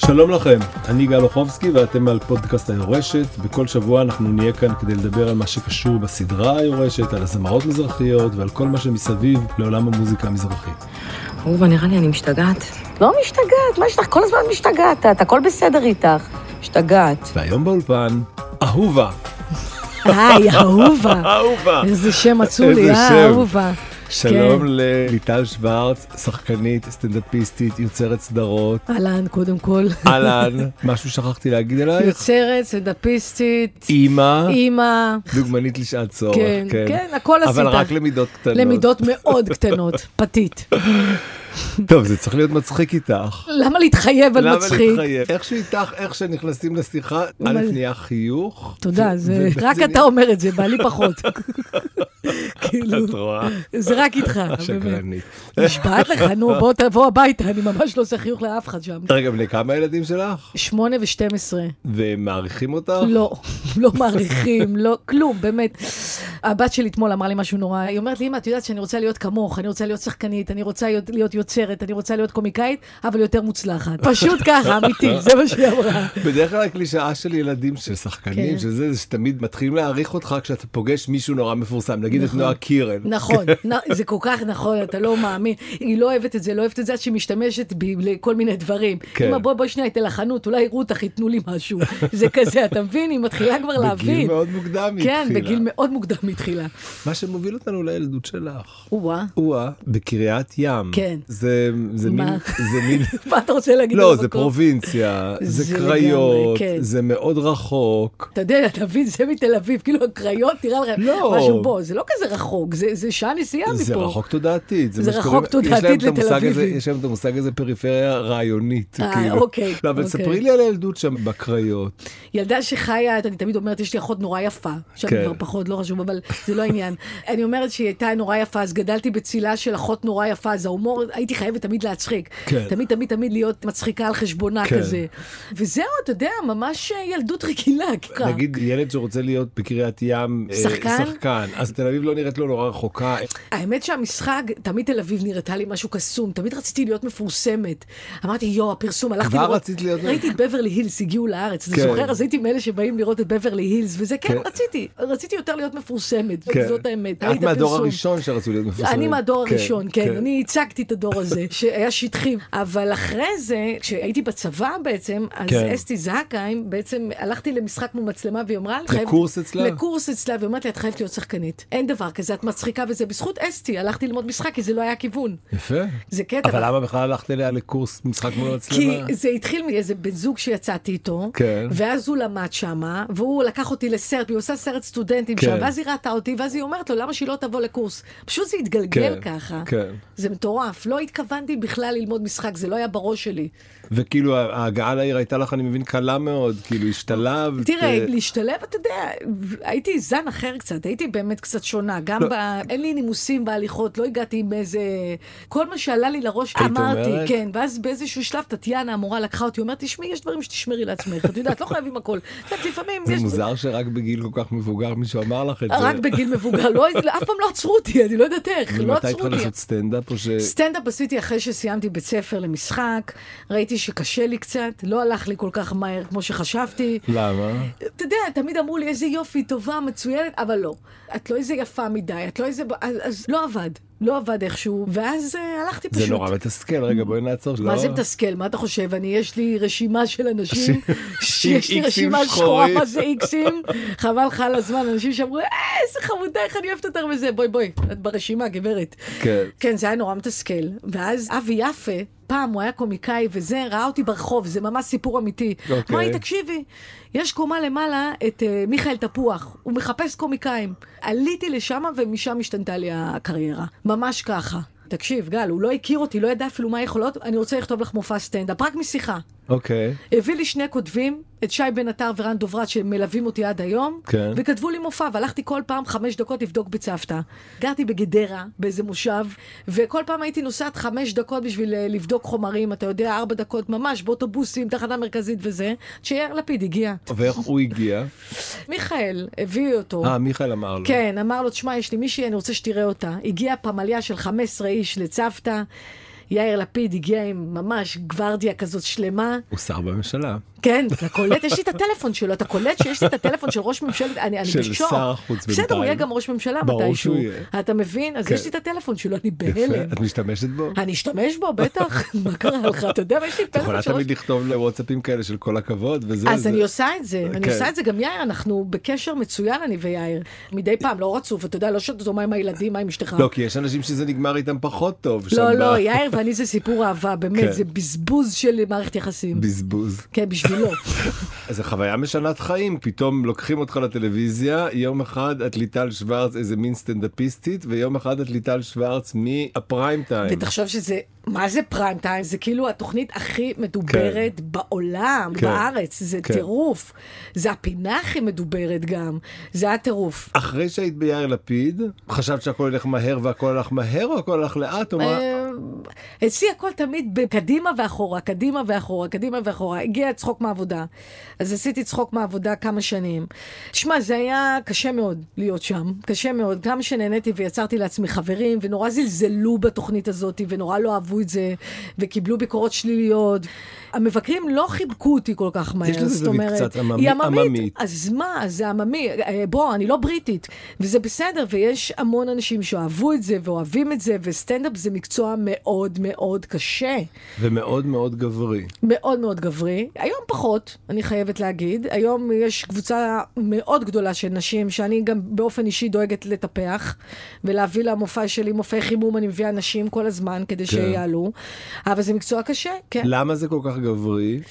שלום לכם, אני גל אוחובסקי ואתם על פודקאסט היורשת. בכל שבוע אנחנו נהיה כאן כדי לדבר על מה שקשור בסדרה היורשת, על הזמרות מזרחיות ועל כל מה שמסביב לעולם המוזיקה המזרחית. אהובה, נראה לי אני משתגעת. לא משתגעת, מה יש לך? כל הזמן משתגעת, את הכל בסדר איתך. משתגעת. והיום באולפן, אהובה. היי, אהובה. אהובה. איזה שם מצאו לי, אהובה. שלום לליטל שוורץ, שחקנית, סטנדאפיסטית, יוצרת סדרות. אהלן, קודם כל. אהלן, משהו שכחתי להגיד עלייך? יוצרת, סטנדאפיסטית. אימא. דוגמנית לשעת צורך. כן, כן, הכל עשית. אבל רק למידות קטנות. למידות מאוד קטנות, פתית. טוב, זה צריך להיות מצחיק איתך. למה להתחייב על מצחיק? למה להתחייב? איך שאיתך, איך שנכנסים לשיחה, א' נהיה חיוך. תודה, רק אתה אומר את זה, בעלי פחות. כאילו, זה רק איתך. שקרנית. נשבעת לך, נו, בוא תבוא הביתה, אני ממש לא עושה חיוך לאף אחד שם. רגע, בני כמה ילדים שלך? 8 ו-12. והם מעריכים אותך? לא, לא מעריכים, לא, כלום, באמת. הבת שלי אתמול אמרה לי משהו נורא, היא אומרת לי, אמא, את יודעת שאני רוצה להיות כמוך, אני רוצה להיות שחקנית, אני רוצה להיות יוצרת, אני רוצה להיות קומיקאית, אבל יותר מוצלחת. פשוט ככה, אמיתי, זה מה שהיא אמרה. בדרך כלל הקלישאה של ילדים, של שחקנים, שזה שתמיד מתחילים להעריך אותך כשאתה פוגש מישהו נורא מפורסם, נגיד את נועה קירל. נכון, זה כל כך נכון, אתה לא מאמין. היא לא אוהבת את זה, לא אוהבת את זה, עד שהיא משתמשת בי לכל מיני דברים. אמא, בואי שנייה, איתה לחנות, אולי יראו אותך, ייתנו לי משהו. זה כזה, אתה מבין? היא מתחילה כבר להבין. בגיל מאוד מוקדם היא התחילה. כן, בגיל מאוד מוקדם היא התחילה. מה שמוביל אותנו לילדות שלך. וואה. בקריית ים. כן. זה מין... מה אתה רוצה להגיד? לא, זה פרובינציה, זה קריות, זה מאוד רחוק. אתה יודע, אתה מבין, זה מתל אביב, כאילו הקריות, תראה לכם, משהו בו, זה לא כזה רחוק, זה שעה נסיעה מפה. זה רחוק תודעתית. זה רחוק תודעתית לתל אביב. יש להם את המושג הזה פריפריה רעיונית. אוקיי. אבל ספרי לי על הילדות שם בקריות. ילדה שחיה, אני תמיד אומרת, יש לי אחות נורא יפה, עכשיו כבר פחות, לא חשוב, אבל זה לא העניין. אני אומרת שהיא הייתה נורא יפה, אז גדלתי בצילה של אחות נורא יפה, אז ההומור, הייתי חייבת תמיד להצחיק. תמיד להיות מצחיקה על חשבונה כזה. וזהו, אתה יודע, ממש ילדות רגילה. נגיד, ילד שרוצה להיות בקריית ים שחקן, אז תל אביב לא נראית לו נורא רחוקה. האמת שהמשחק, תמיד תל אביב נראתה לי משהו קסום, תמיד רציתי להיות מפורסמת. אמרתי, הפרסום, הלכתי לראות, ראיתי את בברלי הילס, הגיעו לארץ, אתה זוכר? אז הייתי מאלה שבאים לראות את בברלי הילס, וזה כן, רציתי יותר להיות מפורסמת, זאת האמת. את מהדור הראשון שרצו להיות מפורסמת. אני מהדור הראשון, כן, אני הצגתי את הדור הזה, שהיה שטחי. אבל אחרי זה, כשהייתי בצבא בעצם, אז אסתי זהקיים, בעצם הלכתי למשחק מול מצלמה, והיא אמרה לי, לקורס אצלה, והיא אומרת לי, את חייבת להיות שחקנית. אין דבר כזה, את מצחיקה וזה. בזכות אסתי, הלכתי ללמוד משחק, כי זה לא היה כיוון. יפה. זה קטע. אבל למה בכלל הלכת אליה לקורס משחק מול מצלמה? כי זה התחיל מאיזה בן זוג שיצאתי איתו, ואז הוא למד שמה, והוא לקח אותי לסרט, והיא עושה סרט סטודנטים שם, ואז היא ראתה אותי, ואז היא אומרת לו, למה שהיא לא תבוא לקורס? פשוט זה התגלגל ככה. זה מטורף. לא התכוונתי בכלל ללמוד משחק, זה לא היה בראש שלי. וכאילו ההגעה לעיר הייתה לך, אני מבין, קלה מאוד, כאילו השתלב. תראה, להשתלב, אתה יודע, הייתי זן אחר קצת, הייתי באמת קצת שונה, גם אין לי נימוסים בהליכות, לא הגעתי עם איזה, כל מה שעלה לי לראש, אמרתי, כן, ואז באיזשהו שלב, טטיאנה המורה לקחה אותי, אומרת, תשמעי, יש דברים שתשמרי לעצמך, אתה יודעת, לא חייבים הכל. זה מוזר שרק בגיל כל כך מבוגר מישהו אמר לך את זה. רק בגיל מבוגר, אף פעם לא עצרו אותי, אני לא יודעת איך, לא עצרו אותי. ומתי התחלת לעשות סטנדאפ או ש... סטנדאפ עשיתי אחרי שסיימתי בית ספר למשחק, ראיתי שקשה לי קצת, לא הלך לי כל כך מהר כמו שחשבתי. למה? אתה יודע, תמיד אמרו לי איזה יופי, טובה, מצוינת, אבל לא. את לא איזה יפה מדי, את לא איזה... אז לא עבד. לא עבד איכשהו, ואז הלכתי פשוט. זה נורא מתסכל, רגע בואי נעצור. מה זה מתסכל? מה אתה חושב? יש לי רשימה של אנשים, יש לי רשימה שחורה, מה זה איקסים? חבל לך על הזמן, אנשים שאמרו, איזה חמודה, איך אני אוהבת יותר מזה, בואי, את ברשימה, גברת. כן, זה היה נורא מתסכל. ואז אבי יפה, פעם הוא היה קומיקאי וזה, ראה אותי ברחוב, זה ממש סיפור אמיתי. אמר, תקשיבי, יש קומה למעלה את מיכאל תפוח, הוא מחפש קומיקאים. עליתי לשם ומשם השתנתה לי הקריירה. ממש ככה. תקשיב, גל, הוא לא הכיר אותי, לא ידע אפילו מה יכולות, אני רוצה לכתוב לך מופע סטנדאפ, רק משיחה. אוקיי. הביא לי 2 כותבים, את שי בן עטר ורן דוברת שמלווים אותי עד היום, וכתבו לי מופע, והלכתי כל פעם 5 דקות לבדוק בצוותא. גרתי בגדרה, באיזה מושב, וכל פעם הייתי נוסעת 5 דקות בשביל לבדוק חומרים, אתה יודע, 4 דקות ממש, באוטובוסים, תחנה מרכזית וזה, שיאיר לפיד הגיע. ואיך הוא הגיע? מיכאל, הביא אותו. מיכאל אמר לו. כן, אמר לו, תשמע, יש לי מישהי, אני רוצה שתראה אותה. הגיעה פמליה של 15 איש לצוותא, יאיר לפיד הגיע עם ממש גוורדיה כזאת שלמה. הוא שר בממשלה. כן, אתה קולט, יש לי את הטלפון שלו, אתה קולט שיש לי את הטלפון של ראש ממשלת, אני בשוק. של שר חוץ בינתיים. בסדר, הוא יהיה גם ראש ממשלה מתישהו. ברור שהוא יהיה. אתה מבין? אז יש לי את הטלפון שלו, אני בהלם. את משתמשת בו? אני אשתמש בו, בטח. מה קרה לך? אתה יודע, יש לי טלפון של ראש... יכולה תמיד לכתוב לוואטסאפים כאלה של כל הכבוד, וזה... אז אני עושה את זה, אני עושה את זה גם יאיר, אנחנו בקשר מצוין, אני ויאיר. מדי פעם, לא רצוף, אתה יודע, לא שאת אותו, מה עם הילדים, מה עם אשתך? לא, כי יש אנשים שזה נגמר איתם פחות טוב. לא, יאיר ואני זה סיפור אהבה, באמת, זה בזבוז של מערכת יחסים. בזבוז. כן, בשבילו. אז חוויה משנת חיים, פתאום לוקחים אותך לטלוויזיה, יום אחד את ליטל שוורץ איזה מין סטנדאפיסטית, ויום אחד את ליטל שוורץ מהפריים טיים. ותחשוב שזה, מה זה פריים טיים? זה כאילו התוכנית הכי מדוברת בעולם, בארץ, זה טירוף. זה הפינה הכי מדוברת גם, זה הטירוף. אחרי שהיית ביאיר לפיד, חשבת שהכל הולך מהר והכל הלך מהר, או הכל הלך לאט, או מה? אצלי הכל תמיד בקדימה ואחורה, קדימה ואחורה, קדימה ואחורה. הגיע צחוק מהעבודה. אז עשיתי צחוק מהעבודה כמה שנים. תשמע, זה היה קשה מאוד להיות שם. קשה מאוד. גם שנהניתי ויצרתי לעצמי חברים, ונורא זלזלו בתוכנית הזאת, ונורא לא אהבו את זה, וקיבלו ביקורות שליליות. המבקרים לא חיבקו אותי כל כך מהר. יש לזה זווית קצת עממית. אז מה? זה עממי. בוא, אני לא בריטית. וזה בסדר, ויש המון אנשים שאוהבו את זה, ואוהבים את זה, וסטנדאפ זה מקצוע מאוד מאוד קשה. ומאוד מאוד גברי. מאוד מאוד גברי. היום פחות, אני חייבת להגיד. היום יש קבוצה מאוד גדולה של נשים, שאני גם באופן אישי דואגת לטפח, ולהביא למופע שלי, מופעי חימום, אני מביאה נשים כל הזמן, כדי שיעלו. אבל זה מקצוע קשה, כן. למה זה כל כך גברי?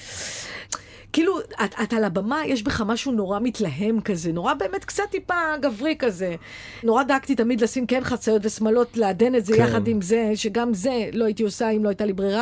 כאילו, אתה על הבמה, יש בך משהו נורא מתלהם כזה, נורא באמת קצת טיפה גברי כזה. נורא דאגתי תמיד לשים כן חציות ושמאלות, לעדן את זה יחד עם זה, שגם זה לא הייתי עושה אם לא הייתה לי ברירה.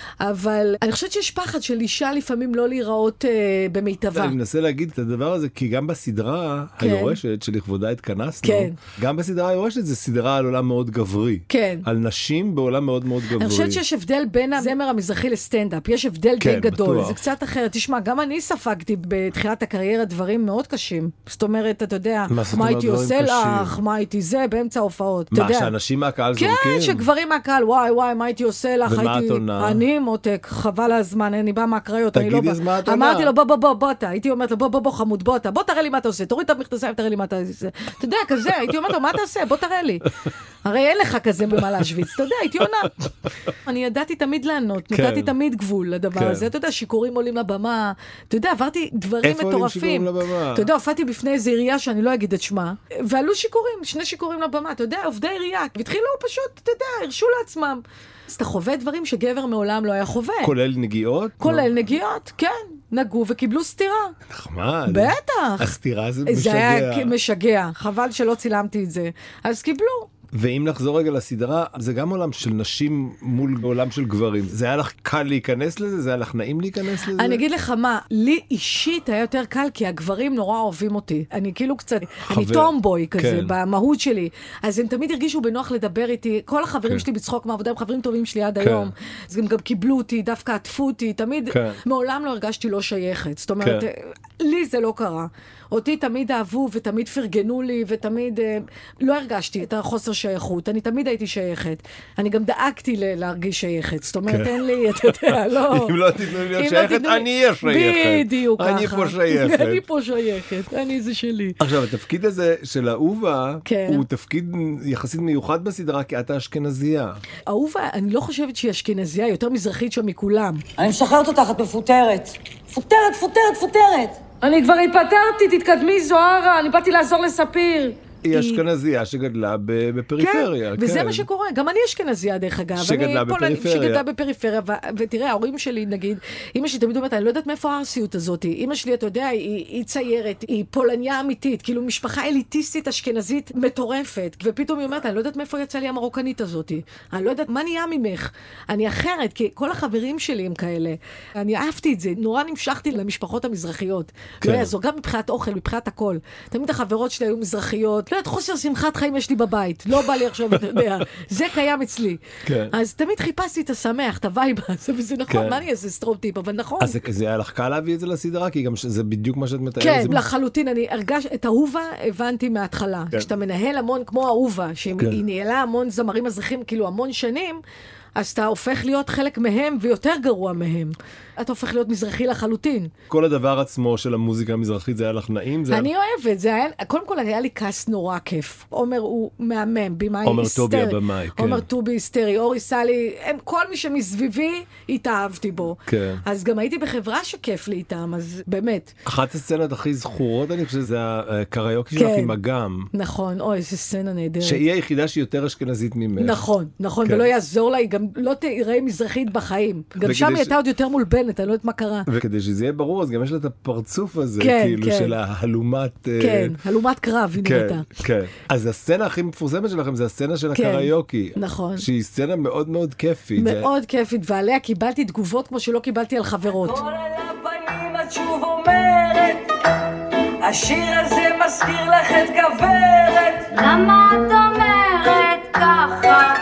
אבל אני חושבת שיש פחד של אישה לפעמים לא להיראות במיטבה. אני מנסה להגיד את הדבר הזה, כי גם בסדרה היורשת שלכבודה התכנסנו, גם בסדרה היורשת זה סדרה על עולם מאוד גברי. כן. על נשים בעולם מאוד מאוד גברי. אני חושבת שיש הבדל בין הזמר המזרחי לסטנדאפ. יש הבדל די גדול. זה קצת אחרת. תשמע, גם אני ספגתי בתחילת הקריירה דברים מאוד קשים. זאת אומרת, אתה יודע, מה הייתי עושה לך, מה הייתי זה, באמצע ההופעות. מה, שאנשים מהקהל זורקים? כן, שגברים מהקהל, וואי, מה הייתי עושה לך? ומה את עונה? אני מותק, חבל הזמן, אני באה מהקריות. תגידי אז מה את עונה? אמרתי לו, בוא, הייתי אומרת לו, בוא, חמוד, בוא תראה לי מה אתה עושה, תוריד את המכתסיים, תראה לי מה אתה עושה. אתה יודע, כזה, הייתי אומרת לו, מה אתה עושה? בוא תראה לי. הרי אין לך כזה במה להשוויץ, אתה יודע, הייתי עונה. אני ידעתי תמיד לענות, נתתי תמיד גבול לדבר הזה. אתה יודע, שיכורים עולים לבמה. אתה יודע, עברתי דברים מטורפים. אתה יודע, הופעתי בפני איזו עירייה שאני לא אגיד את שמה, ועלו שיכורים, 2 שיכורים לבמה, אתה יודע, עובדי עירייה, והתחילו פשוט, אתה יודע, הרשו לעצמם. אז אתה חווה דברים שגבר מעולם לא היה חווה. כולל נגיעות? כולל נגיעות, כן. נגעו וקיבלו סתירה. נחמד. בטח. הסתירה זה משגע. זה היה משגע. חבל שלא צילמתי את זה. אז קיבלו. ואם נחזור רגע לסדרה, זה גם עולם של נשים מול עולם של גברים. זה היה לך קל להיכנס לזה? זה היה לך נעים להיכנס לזה? אני אגיד לך מה, לי אישית היה יותר קל, כי הגברים נורא אוהבים אותי. אני כאילו קצת, אני טומבוי כזה, במהות שלי. אז הם תמיד הרגישו בנוח לדבר איתי. כל החברים שלי בצחוק מהעבודה, הם חברים טובים שלי עד היום. אז הם גם קיבלו אותי, דווקא עטפו אותי. תמיד, מעולם לא הרגשתי לא שייכת. זאת אומרת, לי זה לא קרה. אותי תמיד אהבו ותמיד פרגנו לי ותמיד לא הרגשתי את החוסר שייכות. אני תמיד הייתי שייכת. אני גם דאגתי להרגיש שייכת. זאת אומרת, אין לי, אתה יודע, לא. אם לא תיתנו לי להיות שייכת, אני אהיה שייכת. בדיוק ככה. אני פה שייכת. אני פה שייכת. אני זה שלי. עכשיו, התפקיד הזה של אהובה, הוא תפקיד יחסית מיוחד בסדרה, כי אתה אשכנזייה. אהובה, אני לא חושבת שהיא אשכנזייה, יותר מזרחית שם מכולם. אני משחררת אותך, את מפוטרת. פוטרת. אני כבר התפטרתי, תתקדמי זוהרה, אני באתי לעזור לספיר. היא אשכנזייה שגדלה בפריפריה. כן, וזה מה שקורה. גם אני אשכנזייה, דרך אגב. שגדלה בפריפריה. שגדלה בפריפריה, ותראה, ההורים שלי, נגיד, אמא שלי תמיד אומרת, אני לא יודעת מאיפה הארסיות הזאת. אמא שלי, אתה יודע, היא ציירת, היא פולניה אמיתית, כאילו משפחה אליטיסטית אשכנזית מטורפת, ופתאום היא אומרת, אני לא יודעת מאיפה יצא לי המרוקנית הזאת. אני לא יודעת מה נהיה ממך. אני אחרת, כי כל החברים שלי הם כאלה. אני אהבתי את זה, נורא נמשכתי למשפחות המזרחיות. לא יעזור, גם מבחינת אוכל, מבחינת הכל. תמיד החברות שלי היו מזרחיות. לא יודעת, חוסר שמחת חיים יש לי בבית. לא בא לי עכשיו, אתה יודע. זה קיים אצלי. אז תמיד חיפשתי את השמח, את הווייב הזה, וזה נכון. מה אני אעשה סטרופטיפ, אבל נכון. אז זה היה לך קל להביא את זה לסדרה? כי גם זה בדיוק מה שאת מתארת. כן, לחלוטין. אני הרגש, את אהובה הבנתי מההתחלה. כשאתה מנהל המון כמו אהובה, שהיא ניהלה המון זמרים מזרחים, כאילו המון שנים, אז אתה הופך להיות חלק מהם ויותר גרוע מהם. אתה הופך להיות מזרחי לחלוטין. כל הדבר עצמו של המוזיקה המזרחית, זה היה לך נעים? אני אוהבת, זה היה, קודם כל היה לי קאסט נורא כיף. עומר הוא מהמם, במאי עומר היסטרי. טובי הבמאי, כן. עומר טובי היסטרי, אורי סלי, כל מי שמסביבי התאהבתי בו. כן. אז גם הייתי בחברה שכיף לי איתם, אז באמת. אחת הסצנות הכי זכורות, אני חושב שזה הקריוקי שלך עם אגם. נכון, אוי, איזה סצנה נהדרת. שהיא היחידה שהיא יותר אשכנזית ממך. נכון, נכון, ולא יעזור לה, היא גם לא תראה מזרחית בחיים. גם שם היא הייתה עוד יותר מולבנת, אני לא יודעת מה קרה. וכדי שזה יהיה ברור, אז גם יש לה את הפרצוף הזה, כן, כאילו, כן. של ההלומת... כן, הלומת קרב, היא נראתה. כן. אז הסצנה הכי מפורסמת שלכם, זה הסצנה של הקריוקי. נכון. שהיא סצנה מאוד מאוד כיפית. מאוד כיפית, ועליה קיבלתי תגובות כמו שלא קיבלתי על חברות. כל על הפנים את שוב אומרת, השיר הזה מזכיר לך את גברת. למה את אומרת ככה?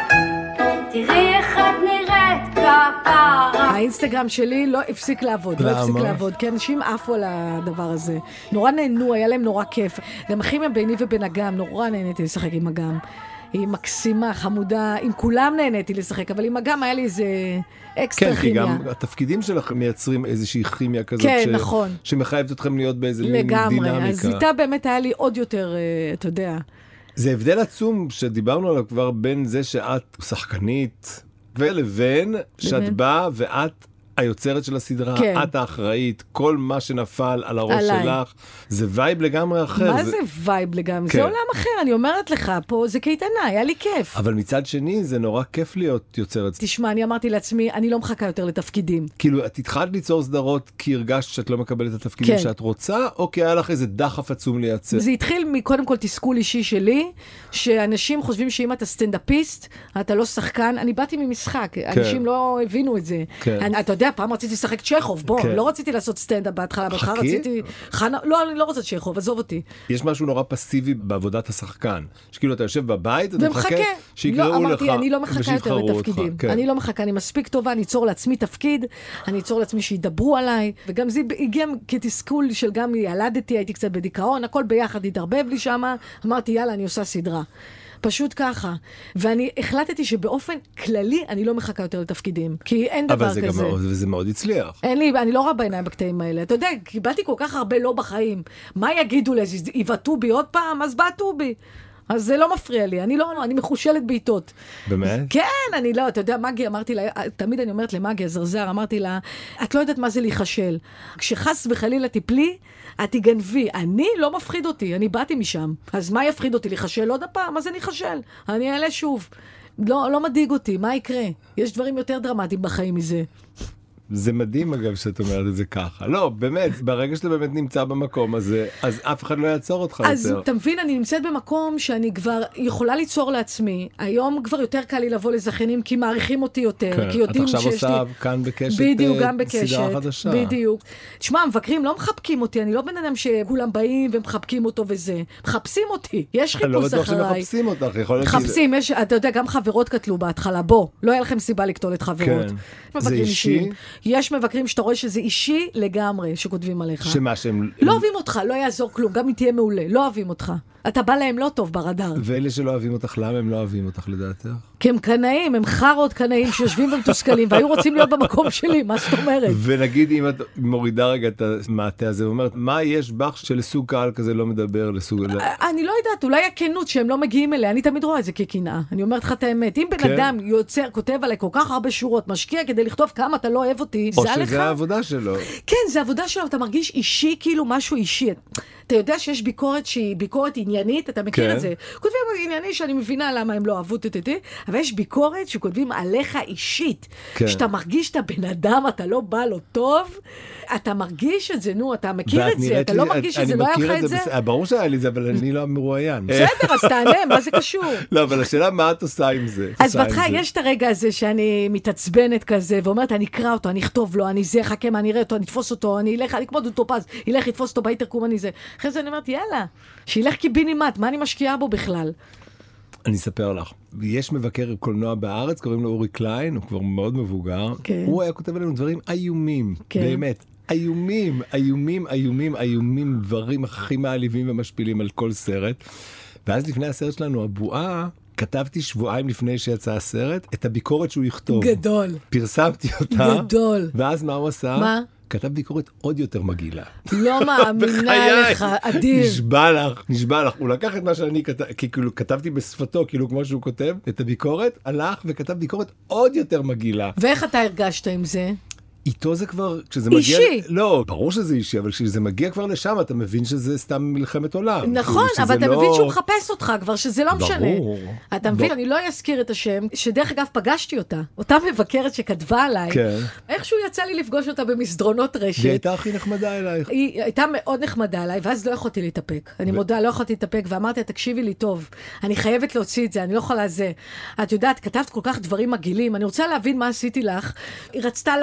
תראי איך את נראית כפרה. האינסטגרם שלי לא הפסיק לעבוד, לא הפסיק לעבוד, כי אנשים עפו על הדבר הזה. נורא נהנו, היה להם נורא כיף. גם הכימיה ביני ובין אגם, נורא נהניתי לשחק עם אגם. היא מקסימה, חמודה, עם כולם נהניתי לשחק, אבל עם אגם היה לי איזה אקסטרה כימיה. כן, כי גם התפקידים שלכם מייצרים איזושהי כימיה כזאת, כן, נכון. שמחייבת אתכם להיות באיזה מין לגמרי, דינמיקה. אז איתה באמת היה לי עוד יותר, אתה יודע. זה הבדל עצום שדיברנו עליו כבר בין זה שאת שחקנית, ולבין שאת באה ואת היוצרת של הסדרה, כן. את האחראית, כל מה שנפל על הראש עליי. שלך, זה וייב לגמרי אחר. מה זה וייב לגמרי? כן. זה עולם אחר, אני אומרת לך, פה זה קייטנה, היה לי כיף. אבל מצד שני, זה נורא כיף להיות יוצרת. תשמע, אני אמרתי לעצמי, אני לא מחכה יותר לתפקידים. כאילו, את התחלת ליצור סדרות כי הרגשת שאת לא מקבלת את התפקידים כן. שאת רוצה, או כי היה לך איזה דחף עצום לייצר? זה התחיל מקודם כל תסכול אישי שלי, שאנשים חושבים שאם אתה סטנדאפיסט, אתה לא שחקן, אני באתי ממשחק, כן. אנשים לא הבינו את זה. כן. אתה יודע, פעם רציתי לשחק צ'כוב, בוא, לא רציתי לעשות סטנדאפ בהתחלה, רציתי... לא, אני לא רוצה צ'כוב, עזוב אותי. יש משהו נורא פסיבי בעבודת השחקן, שכאילו אתה יושב בבית, אתה מחכה שיקראו לך, אני לא מחכה יותר לתפקידים. אני לא מחכה, אני מספיק טובה, אני אצור לעצמי תפקיד, אני אצור לעצמי שידברו עליי, וגם זה הגיע כתסכול של גם ילדתי, הייתי קצת בדיכאון, הכל ביחד התערבב לי שמה, אמרתי, יאללה, אני עושה סדרה. פשוט ככה. ואני החלטתי שבאופן כללי אני לא מחכה יותר לתפקידים. כי אין דבר כזה. אבל זה מאוד הצליח. אני לא רואה בעיניים בקטעים האלה. אתה יודע, קיבלתי כל כך הרבה לא בחיים. מה יגידו לי? יבטאו בי עוד פעם? אז בעטו בי. אז זה לא מפריע לי, אני מחושלת בעיתות. באמת? כן, אני לא, אתה יודע, מגי, אמרתי לה, תמיד אני אומרת למגי, הזרזר, אמרתי לה, את לא יודעת מה זה להיחשל. כשחס וחלילה תיפלי, את תגנבי. אני לא מפחיד אותי, אני באתי משם. אז מה יפחיד אותי? להיחשל עוד הפעם? אז אני חשל. אני אעלה שוב. לא מדאיג אותי, מה יקרה? יש דברים יותר דרמטיים בחיים מזה. זה מדהים אגב שאת אומרת את זה ככה. לא, באמת, ברגע שאתה באמת נמצא במקום הזה, אז אף אחד לא יעצור אותך יותר. אז אתה מבין, אני נמצאת במקום שאני כבר יכולה ליצור לעצמי. היום כבר יותר קל לי לבוא לזכיינים, כי מעריכים אותי יותר. כן, כי יודעים את עכשיו עושה כאן בקשת בדיוק, גם בקשת, סדרה חדשה. בדיוק. תשמע, המבקרים לא מחבקים אותי, אני לא בן אדם שכולם באים ומחבקים אותו וזה. מחפשים אותי, יש חיפוש אחריי. אני לא בטוח שמחפשים אותך, מחפשים, אתה יודע, גם חברות כתלו בהתחלה, בוא, לא היה לכם סיבה לקטול את חברות. כן. זה אישי? יש מבקרים שאתה רואה שזה אישי לגמרי, שכותבים עליך. שמה שהם... לא אוהבים אותך, לא יעזור כלום, גם אם תהיה מעולה, לא אוהבים אותך. אתה בא להם לא טוב ברדאר. ואלה שלא אוהבים אותך, למה הם לא אוהבים אותך לדעתך? כי הם קנאים, הם חרות קנאים שיושבים ומתוסכלים, והיו רוצים להיות במקום שלי, מה זאת אומרת? ונגיד אם את מורידה רגע את המעטה הזה, ואומרת, מה יש בך שלסוג קהל כזה לא מדבר לסוג... אני לא יודעת, אולי הכנות שהם לא מגיעים אליה, אני תמיד רואה את זה כקנאה. אני אומרת לך את האמת, אם בן אדם יוצר, כותב עליי כל כך הרבה שורות, משקיע כדי לכתוב כמה אתה לא אוהב אותי, זה עליך? או שזה העבודה שלו. כן, זה העבודה שלו, אתה מרגיש אישי, כאילו משהו אישי. אתה יודע שיש ביקורת שהיא ביקורת עניינית, אתה מכיר את זה. כותבים ענייני שאני מבינה למה הם לא אהבו תתתי, אבל יש ביקורת שכותבים עליך אישית. שאתה מרגיש את הבן אדם, אתה לא בא לו טוב, אתה מרגיש את זה, נו, אתה מכיר את זה, אתה לא מרגיש את זה, לא היה לך את זה? ברור שהיה לי זה, אבל אני לא מרואיין. בסדר, אז תענה, מה זה קשור? לא, אבל השאלה מה את עושה עם זה? אז בתך יש את הרגע הזה שאני מתעצבנת כזה, ואומרת, אני אקרא אותו, אני אכתוב לו, אני זה, חכה מה, אני אראה אותו, אני אתפוס אותו, אני אלך, אני כמו דוטופז, ילך, יתפוס אותו באינטרקום, אני זה. אחרי זה אני אומרת, יאללה, שילך קיבינימט, מה אני משקיעה בו בכלל? אני אספר לך. יש מבקר קולנוע בארץ, קוראים לו אורי קליין, הוא כבר מאוד מבוגר. הוא היה כותב עלינו דברים איומים, באמת. איומים, דברים הכי מעליבים ומשפילים על כל סרט. ואז לפני הסרט שלנו, הבועה, כתבתי שבועיים לפני שיצא הסרט, את הביקורת שהוא יכתוב. גדול. פרסמתי אותה. גדול. ואז מה הוא עשה? מה? כתב ביקורת עוד יותר מגעילה. לא מאמינה לך, אדיר. נשבע לך. הוא לקח את מה שאני כתב, כי כאילו כתבתי בשפתו, כאילו כמו שהוא כותב, את הביקורת, הלך וכתב ביקורת עוד יותר מגעילה. ואיך אתה הרגשת עם זה? איתו זה כבר, כשזה מגיע... אישי. לא, ברור שזה אישי, אבל כשזה מגיע כבר לשם, אתה מבין שזה סתם מלחמת עולם. נכון, אבל אתה מבין שהוא מחפש אותך כבר, שזה לא משנה. ברור. אתה מבין, אני לא אזכיר את השם, שדרך אגב פגשתי אותה. אותה מבקרת שכתבה עליי. כן. איכשהו יצא לי לפגוש אותה במסדרונות רשת. והיא הייתה הכי נחמדה אלייך. היא הייתה מאוד נחמדה אליי, ואז לא יכולתי להתאפק. אני מודה, לא יכולתי להתאפק, ואמרתי, תקשיבי לי טוב, אני חייבת להוציא את זה, אני לא יכולה זה. את יודעת, כתבת כל כך דברים מגעילים, אני רוצה להבין מה עשיתי לך. היא רצתה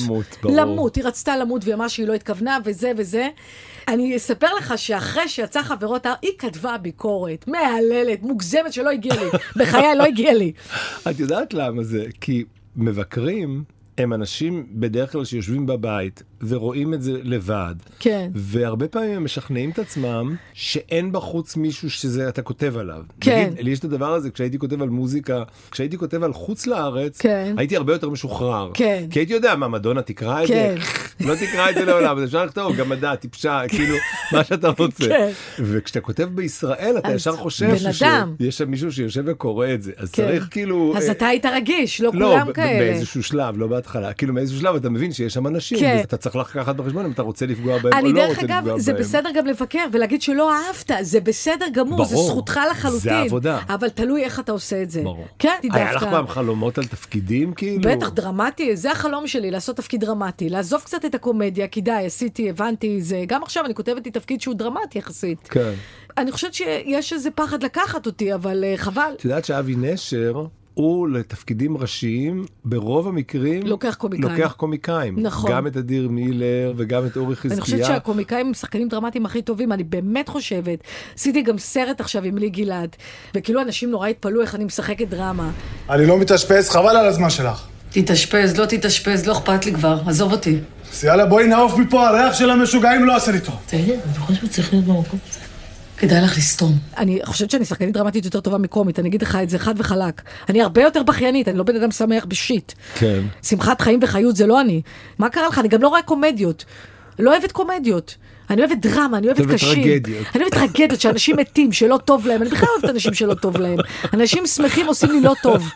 למות. היא רצתה למות והיא אמרה שהיא לא התכוונה וזה וזה. אני אספר לך שאחרי שיצא חברות, היא כתבה ביקורת, מהללת, מוגזמת שלא הגיעה לי. בחיי לא הגיעה לי. את יודעת למה זה? כי מבקרים הם אנשים בדרך כלל שיושבים בבית ורואים את זה לבד. כן. והרבה פעמים הם משכנעים את עצמם שאין בחוץ מישהו שזה אתה כותב עליו. כן. נגיד, לי יש את הדבר הזה, כשהייתי כותב על מוזיקה, כשהייתי כותב על חוץ לארץ, כן. הייתי הרבה יותר משוחרר. כן. כי הייתי יודע, מה, מדונה תקרא את כן. זה? לא תקרא את זה לעולם, אז אפשר לכתוב, גם מדע, טיפשה, כאילו, מה שאתה רוצה. כן. וכשאתה כותב בישראל, אתה ישר חושב שיש שם מישהו שיושב וקורא את זה. אז כן. צריך כאילו... אז אתה היית רגיש, לא כולם כאלה. באיזשהו שלב, לא בהתחלה. כאילו מאיזשהו שלב אתה מבין שיש שם אנשים, כן. ואתה צריך לקחת בחשבון אם אתה רוצה לפגוע בהם או לא דרך רוצה לפגוע אגב, בהם. זה בסדר גם לבקר ולהגיד שלא אהבת, זה בסדר גמור, ברור, זה זכותך לחלוטין. זה עבודה. אבל תלוי איך אתה עושה את זה. ברור. כן, היה לך פעם חלומות על תפקידים כאילו? בטח, דרמטי, זה החלום שלי, לעשות תפקיד דרמטי, לעזוב קצת את הקומדיה, כי די, עשיתי, הבנתי, זה, גם עכשיו אני כותבת לי תפקיד שהוא דרמטי יחסית. כן. אני חושבת שיש איזה פחד לקחת אותי, אבל חבל. את יודעת שאבי נשר, הוא לתפקידים ראשיים, ברוב המקרים... לוקח קומיקאים. נכון. גם את אדיר מילר וגם את אורי חזקיה. אני חושבת שהקומיקאים הם שחקנים דרמטיים הכי טובים, אני באמת חושבת. עשיתי גם סרט עכשיו עם לי גלעד, וכאילו אנשים נורא התפלאו איך אני משחקת דרמה. אני לא מתאשפז, חבל על הזמן שלך. תתאשפז, לא תתאשפז, לא אכפת לי כבר, עזוב אותי. אז יאללה, בואי נעוף מפה, הריח של המשוגעים לא עשה לי טוב. תגיד, אני חושבת שצריך להיות במקום הזה. כדאי לך לסתום. אני חושבת שאני שחקנית דרמטית יותר טובה מקומית, אני אגיד לך את זה חד וחלק. אני הרבה יותר בכיינית, אני לא בן אדם שמח בשיט. כן. שמחת חיים וחיות זה לא אני. מה קרה לך? אני גם לא רואה קומדיות. לא אוהבת קומדיות. אני אוהבת דרמה, אני אוהבת קשים. אני אוהבת טרגדיות, שאנשים מתים, שלא טוב להם. אני בכלל אוהבת אנשים שלא טוב להם. אנשים שמחים עושים לי לא טוב.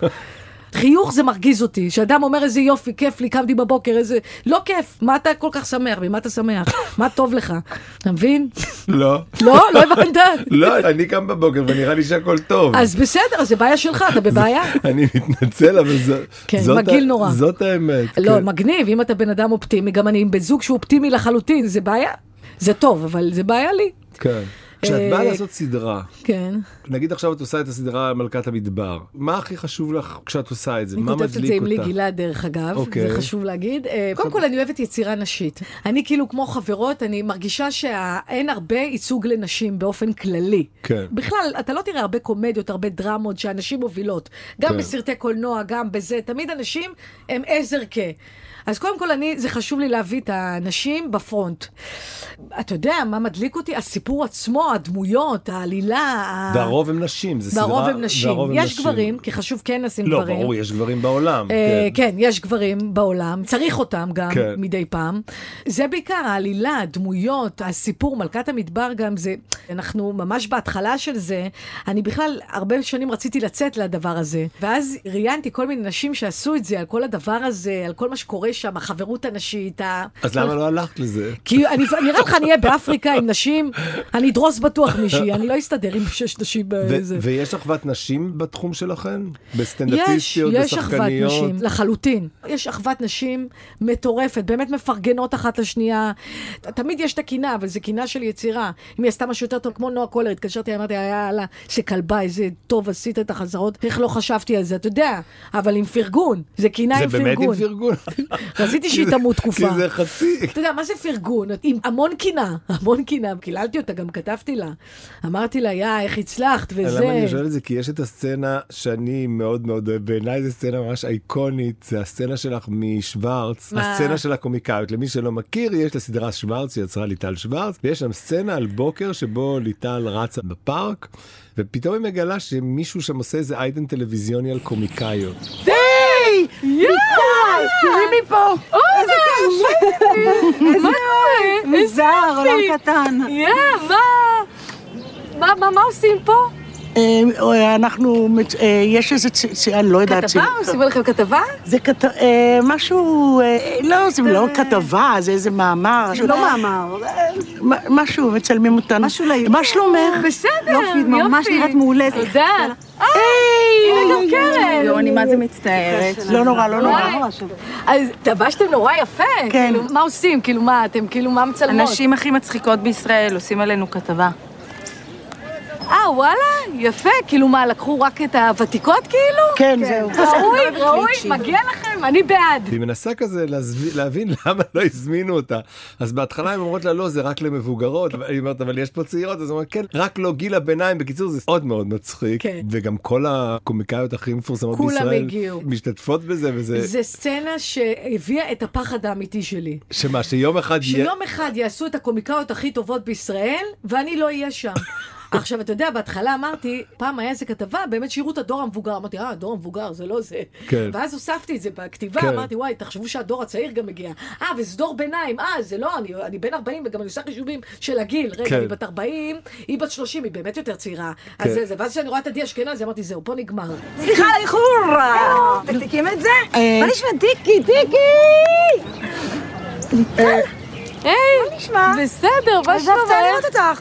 חיוך זה מרגיז אותי, שאדם אומר איזה יופי, כיף לי, קמתי בבוקר, איזה... לא כיף, מה אתה כל כך שמח? במה אתה שמח? מה טוב לך? אתה מבין? לא. לא? לא הבנת? לא, אני קם בבוקר ונראה לי שהכל טוב. אז בסדר, זה בעיה שלך, אתה בבעיה. אני מתנצל, אבל מגעיל נורא. זאת האמת. לא, מגניב, אם אתה בן אדם אופטימי, גם אני בזוג שהוא אופטימי לחלוטין, זה בעיה. זה טוב, אבל זה בעיה לי. כן. כשאת באה לעשות סדרה, כן. נגיד עכשיו את עושה את הסדרה מלכת המדבר, מה הכי חשוב לך כשאת עושה את זה? אני כותבת את זה עם לי גלעד דרך אגב, זה חשוב להגיד. קודם כל אני אוהבת יצירה נשית. אני כאילו כמו חברות, אני מרגישה שאין הרבה ייצוג לנשים באופן כללי. כן. בכלל, אתה לא תראה הרבה קומדיות, הרבה דרמות שאנשים מובילות. גם בסרטי קולנוע, גם בזה. תמיד אנשים הם עזר כ... אז קודם כל זה חשוב לי להביא את האנשים בפרונט. אתה יודע, מה מדליק אותי? הסיפור עצמו, הדמויות, העלילה. והרוב הם נשים, זה סדרה. והרוב הם נשים. יש גברים, כי חשוב כן לשים גברים. לא, ברור, יש גברים בעולם. כן, יש גברים בעולם. צריך אותם גם מדי פעם. זה בעיקר העלילה, הדמויות, הסיפור, מלכת המדבר גם זה. אנחנו ממש בהתחלה של זה. אני בכלל הרבה שנים רציתי לצאת לדבר הזה. ואז ראיינתי כל מיני נשים שעשו את זה, על כל הדבר הזה, על כל מה שקורה שם, החברות הנשית. אז למה לא הלכת לזה? כי נראה לך אני אהיה באפריקה עם נשים, אני אדרוס בטוח מישהי, אני לא אסתדר עם 6 נשים בזה. ויש אחוות נשים בתחום שלכן? בסטנדאפיסטיות, בשחקניות? יש אחוות נשים, לחלוטין. יש אחוות נשים מטורפת, באמת מפרגנות אחת לשנייה. תמיד יש את הקינה, אבל זה קינה של יצירה. אם היא עשתה משהו יותר טוב, כמו נועה קולר, התקשרתי, אמרתי, יאללה, שכלבה, איזה טוב עשית את החזרות. איך לא חשבתי על זה, אתה יודע, אבל עם פרגון. זה קינה עם פרגון. זה באמת עם פרגון? רציתי שהיא תמות תקופה. כי זה חצי. אתה יודע, מה זה פרגון? עם המון קינה, המון קינה. קיללתי אותה, גם כתבתי כתבתי לה. אמרתי לה, איך הצלחת וזה. למה אני שואל את זה? כי יש את הסצנה שאני מאוד מאוד אוהב, בעיניי זו סצנה ממש אייקונית, זה הסצנה שלך משוורץ, הסצנה של הקומיקאיות. למי שלא מכיר, יש את הסדרה שוורץ שיצרה ליטל שוורץ, ויש שם סצנה על בוקר שבו ליטל רצה בפארק, ופתאום היא מגלה שמישהו שם עושה איזה אייטם טלוויזיוני על קומיקאיות. היי! ליטל! תראי מפה! איזה כיף! מה קורה? מוזר, עולם קטן. מה עושים פה? אנחנו, יש איזה, אני לא יודעת. כתבה? עושים לכם כתבה? זה משהו, לא, זה לא כתבה, זה איזה מאמר. זה לא מאמר. משהו, מצלמים אותנו. משהו ליום. מה שלומך? בסדר, יופי, ממש נראית מעולה. תודה. היי! גם קרן. לא, אני מה זה מצטערת. לא נורא, לא נורא. אז תבשתם נורא יפה. כן. מה עושים? כאילו מה, אתם כאילו מה מצלמות? הנשים הכי מצחיקות בישראל עושים עלינו כתבה. וואלה, יפה. כאילו מה, לקחו רק את הוותיקות כאילו? כן, זהו. ראוי, מגיע לכם, אני בעד. היא מנסה כזה להבין למה לא הזמינו אותה. אז בהתחלה הם אומרות לה, לא, זה רק למבוגרות. היא אומרת, אבל יש פה צעירות. אז היא אומרת, כן, רק לא גיל הביניים. בקיצור, זה עוד מאוד מצחיק. וגם כל הקומיקאיות הכי מפורסמות בישראל משתתפות בזה. זה סצנה שהביאה את הפחד האמיתי שלי. שמה, שיום אחד יעשו את הקומיקאיות הכי טובות בישראל, ואני לא אהיה שם. עכשיו, אתה יודע, בהתחלה אמרתי, פעם היה איזה כתבה, באמת שירו את הדור המבוגר. אמרתי, הדור המבוגר, זה לא זה. כן. ואז הוספתי את זה בכתיבה, אמרתי, וואי, תחשבו שהדור הצעיר גם מגיע. וזה דור ביניים, זה לא, אני בן 40, וגם אני עושה חישובים של הגיל. רגע, אני בת 40, היא בת 30, היא באמת יותר צעירה. אז זה, ואז כשאני רואה את עדי אשכנזי, אמרתי, זהו, פה נגמר. סליחה על האיחור! תקתיקים את זה? מה נשמע? טיקי! ליטל? היי, מה נשמע? בסדר, מה שלומך? עזבת לראות אותך.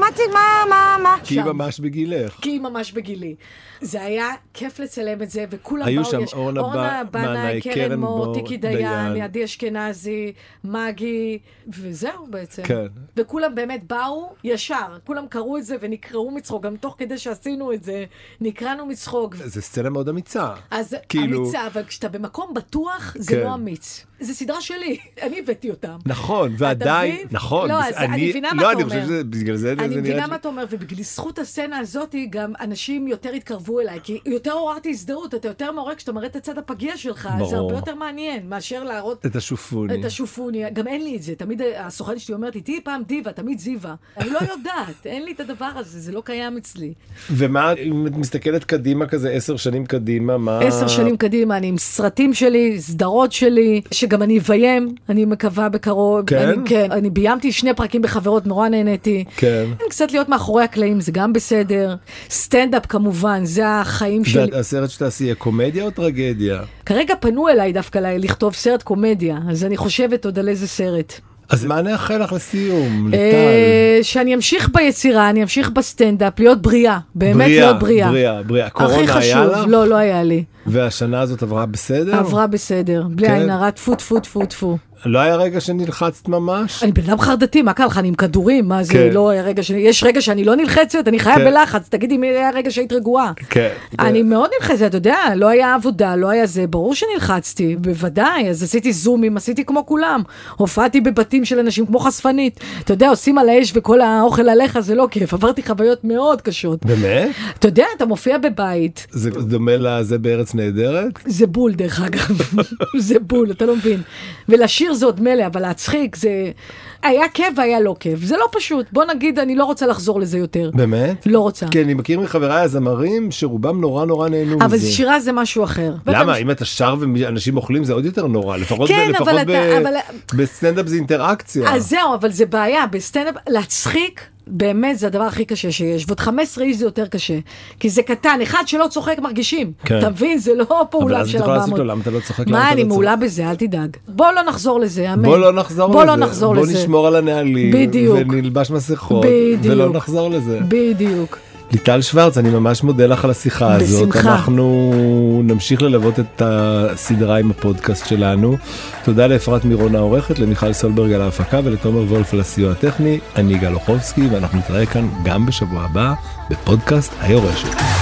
מה? כי היא ממש בגילך. כי היא ממש בגילי. זה היה כיף לצלם את זה, וכולם באו, היו שם אורנה בנאי, קרן מור, טיקי דיין, עדי אשכנזי, מגי, וזהו בעצם. כן. וכולם באמת באו ישר, כולם קראו את זה ונקראו מצחוק, גם תוך כדי שעשינו את זה, נקראנו מצחוק. זה סצנה מאוד אמיצה. אז אמיצה, אבל כשאתה במקום בטוח, זה לא אמיץ. זה סדרה שלי, אני הבאתי אותם. נכון, ועדיין, נכון. לא, אז אני מבינה מה אתה אומר. אני חושב שבגלל זה אני מבינה מה אתה אומר, ובזכות הסצנה הזאת, גם אנשים יותר התקרבו אליי, כי יותר עוררתי הזדהות, אתה יותר מעורר כשאתה מראה את הצד הפגיע שלך, זה הרבה יותר מעניין, מאשר להראות את השופוני. את השופוני, גם אין לי את זה, תמיד הסוכנת שלי אומרת, איתי פעם דיבה, תמיד זיווה. אני לא יודעת, אין לי את הדבר הזה, זה לא קיים אצלי. ומה, אם את מסתכלת קדימה כזה 10 שנים קדימה, מה... 10 שנים קדימה, אני עם סרטים שלי, סדרות שלי, שגם אני אביים, אני מקווה בקרוב. כן? כן, אני ביימתי 2 פרקים בחברות, נורא נהניתי. כן. קצת להיות מאחורי הקלעים, זה גם בסדר. סטנדאפ כמובן, זה החיים שלי. והסרט שתעשי, קומדיה או טרגדיה? כרגע פנו אליי דווקא לכתוב סרט קומדיה, אז אני חושבת עוד על איזה סרט. אז מה נאחל לך לסיום, ליטל? שאני אמשיך ביצירה, אני אמשיך בסטנדאפ, להיות בריאה, באמת להיות בריאה. בריאה. קורונה היה לך? לא היה לי. והשנה הזאת עברה בסדר? עברה בסדר, בלי עין הרע, טפו. לא היה רגע שנלחצת ממש? אני בן אדם חרדתי, מה קל לך? אני עם כדורים, מה זה לא היה רגע יש רגע שאני לא נלחצת, אני חיה בלחץ, תגידי מי היה רגע שהיית רגועה. אני מאוד נלחצת, אתה יודע, לא היה עבודה, לא היה זה, ברור שנלחצתי, בוודאי, אז עשיתי זומים, עשיתי כמו כולם, הופעתי בבתים של אנשים כמו חשפנית, אתה יודע, עושים על האש וכל האוכל עליך, זה לא כיף, עברתי חוויות מאוד קשות. באמת? אתה יודע, אתה מופיע בבית. זה דומה לזה בארץ נהדרת? זה בול דרך אגב, זה בול, אתה לא מבין. ולשיר זה עוד מלא, אבל להצחיק זה... היה כיף והיה לא כיף. זה לא פשוט. בוא נגיד, אני לא רוצה לחזור לזה יותר. באמת? לא רוצה. כן, אני מכיר מחבריי הזמרים שרובם נורא נהנו מזה. אבל שירה זה משהו אחר. למה? אם אתה שר ואנשים אוכלים זה עוד יותר נורא. לפחות בסטנדאפ זה אינטראקציה. אז זהו, אבל זה בעיה. בסטנדאפ, להצחיק... באמת זה הדבר הכי קשה שיש, ועוד 15 איש זה יותר קשה, כי זה קטן, אחד שלא צוחק מרגישים, אתה מבין? זה לא פעולה של 400. אבל אז אתה יכולה לעשות לו, למה אתה לא צוחק? מה, אני מעולה בזה, אל תדאג. בוא לא נחזור לזה, אמן. בוא לא נחזור לזה. בוא נשמור על הנהלים, ונלבש מסכות, ולא נחזור לזה. בדיוק. ליטל שוורץ, אני ממש מודה לך על השיחה הזאת. בשמחה. אנחנו נמשיך ללוות את הסדרה עם הפודקאסט שלנו. תודה לאפרת מירון העורכת, למיכל סולברג על ההפקה ולתומר וולף על הסיוע הטכני. אני גל אוחובסקי, ואנחנו נתראה כאן גם בשבוע הבא בפודקאסט היורשת.